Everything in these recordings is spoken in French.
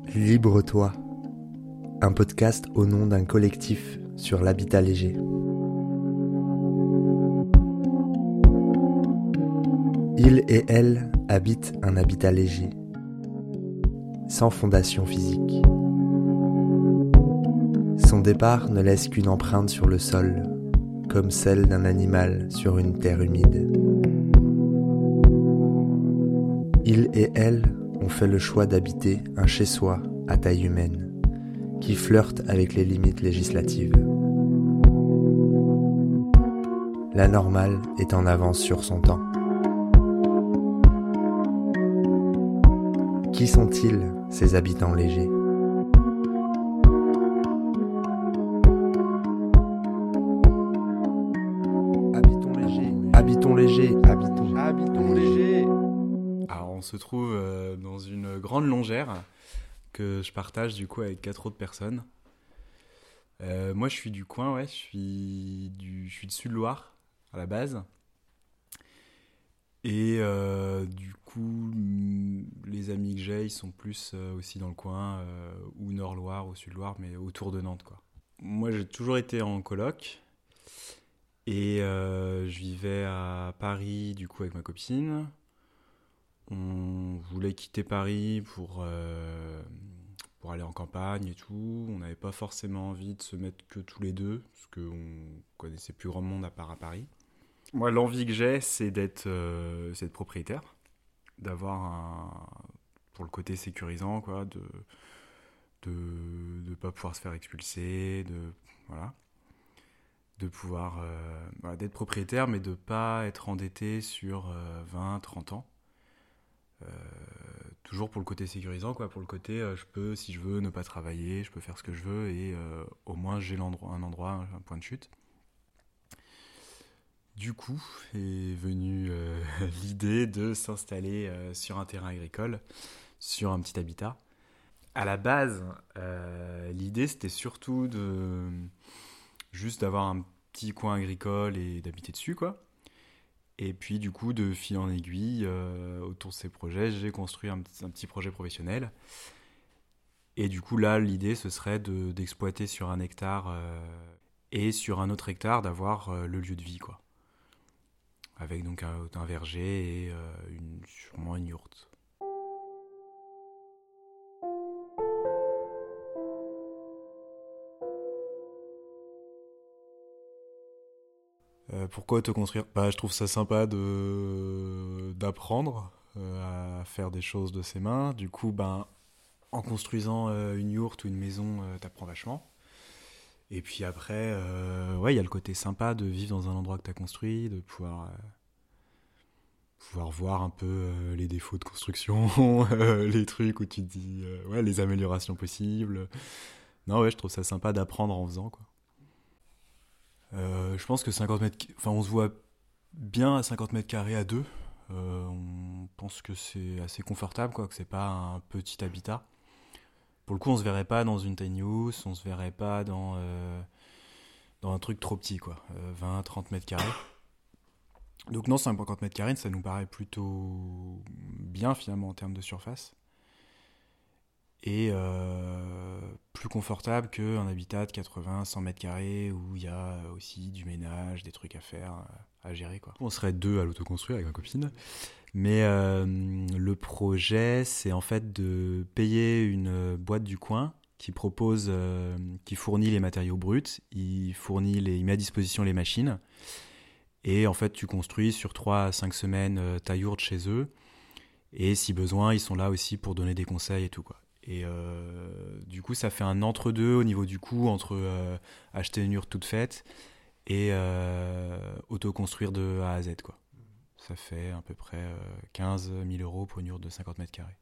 Libre-toi, un podcast au nom d'un collectif sur l'habitat léger. Il et elle habitent un habitat léger, sans fondation physique. Son départ ne laisse qu'une empreinte sur le sol, comme celle d'un animal sur une terre humide. Il et elle ont fait le choix d'habiter un chez-soi à taille humaine, qui flirte avec les limites législatives. La normale est en avance sur son temps. Qui sont-ils, ces habitants légers ? Habitons léger, habitons léger, habitons léger. Alors on se trouve dans une grande longère que je partage du coup avec 4 autres personnes. Moi je suis du coin, ouais, je suis de Sud-Loire à la base. Et du coup, les amis que j'ai, ils sont plus aussi dans le coin, ou Nord-Loire, ou Sud-Loire, mais autour de Nantes, quoi. Moi j'ai toujours été en coloc. Et je vivais à Paris du coup avec ma copine. On voulait quitter Paris pour aller en campagne et tout. On n'avait pas forcément envie de se mettre que tous les deux, parce qu'on connaissait plus grand monde à part à Paris. Moi, l'envie que j'ai, c'est d'être propriétaire, pour le côté sécurisant, quoi, de pas pouvoir se faire expulser, de pouvoir d'être propriétaire, mais de pas être endetté sur 20, 30 ans. Toujours pour le côté sécurisant, quoi, pour le côté je peux, si je veux, ne pas travailler, je peux faire ce que je veux et au moins j'ai un endroit, un point de chute. Du coup est venue l'idée de s'installer sur un terrain agricole, sur un petit habitat. À la base, l'idée c'était surtout juste d'avoir un petit coin agricole et d'habiter dessus, quoi. Et puis du coup, de fil en aiguille, autour de ces projets, j'ai construit un petit projet professionnel. Et du coup, là, l'idée, ce serait d'exploiter sur 1 hectare et sur un autre hectare, d'avoir le lieu de vie, quoi. Avec donc un verger et sûrement une yourte. Pourquoi autoconstruire ? Je trouve ça sympa d'apprendre à faire des choses de ses mains. Du coup, en construisant une yourte ou une maison, t'apprends vachement. Et puis après, il y a le côté sympa de vivre dans un endroit que t'as construit, de pouvoir voir un peu les défauts de construction, les trucs où tu te dis, les améliorations possibles. Non, ouais, je trouve ça sympa d'apprendre en faisant, quoi. Je pense que 50 mètres... Enfin, on se voit bien à 50 mètres carrés à deux. On pense que c'est assez confortable, quoi, que c'est pas un petit habitat. Pour le coup, on se verrait pas dans une tiny house, on se verrait pas dans un truc trop petit, quoi. 20, 30 mètres carrés. Donc non, 50 mètres carrés, ça nous paraît plutôt bien, finalement, en termes de surface. Et plus confortable qu'un habitat de 80, 100 mètres carrés où il y a aussi du ménage, des trucs à faire, à gérer, quoi. On serait 2 à l'autoconstruire avec ma copine. Mais le projet, c'est en fait de payer une boîte du coin qui fournit les matériaux bruts, il met à disposition les machines. Et en fait, tu construis sur 3 à 5 semaines ta yourte chez eux. Et si besoin, ils sont là aussi pour donner des conseils et tout, quoi. Et du coup, ça fait un entre-deux au niveau du coût entre acheter une yourte toute faite et auto-construire de A à Z, quoi. Ça fait à peu près 15 000 euros pour une yourte de 50 mètres carrés.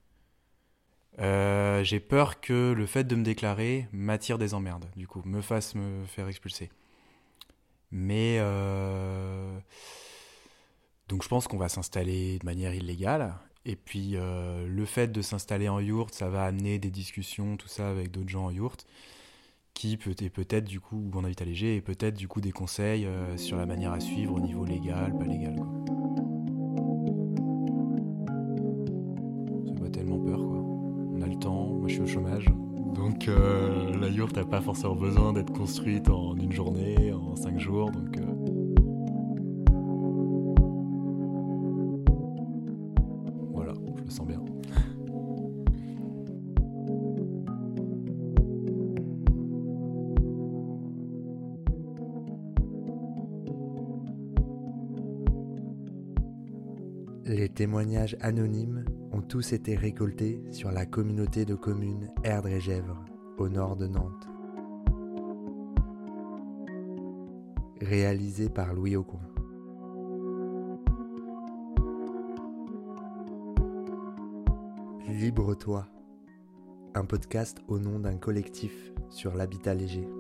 J'ai peur que le fait de me déclarer m'attire des emmerdes, du coup, me fasse me faire expulser. Mais donc je pense qu'on va s'installer de manière illégale. Et puis le fait de s'installer en yourte, ça va amener des discussions, tout ça, avec d'autres gens en yourte, et peut-être du coup, ou en habitat léger, et peut-être du coup des conseils sur la manière à suivre au niveau légal, pas légal, quoi. Ça fait pas tellement peur, quoi. on a le temps, moi je suis au chômage. Donc la yourte n'a pas forcément besoin d'être construite en une journée, en 5 jours. Donc voilà, je me sens bien. Les témoignages anonymes ont tous été récoltés sur la communauté de communes Erdre-et-Gèvres, au nord de Nantes. Réalisé par Louis Aucoin. Libre-toi, un podcast au nom d'un collectif sur l'habitat léger.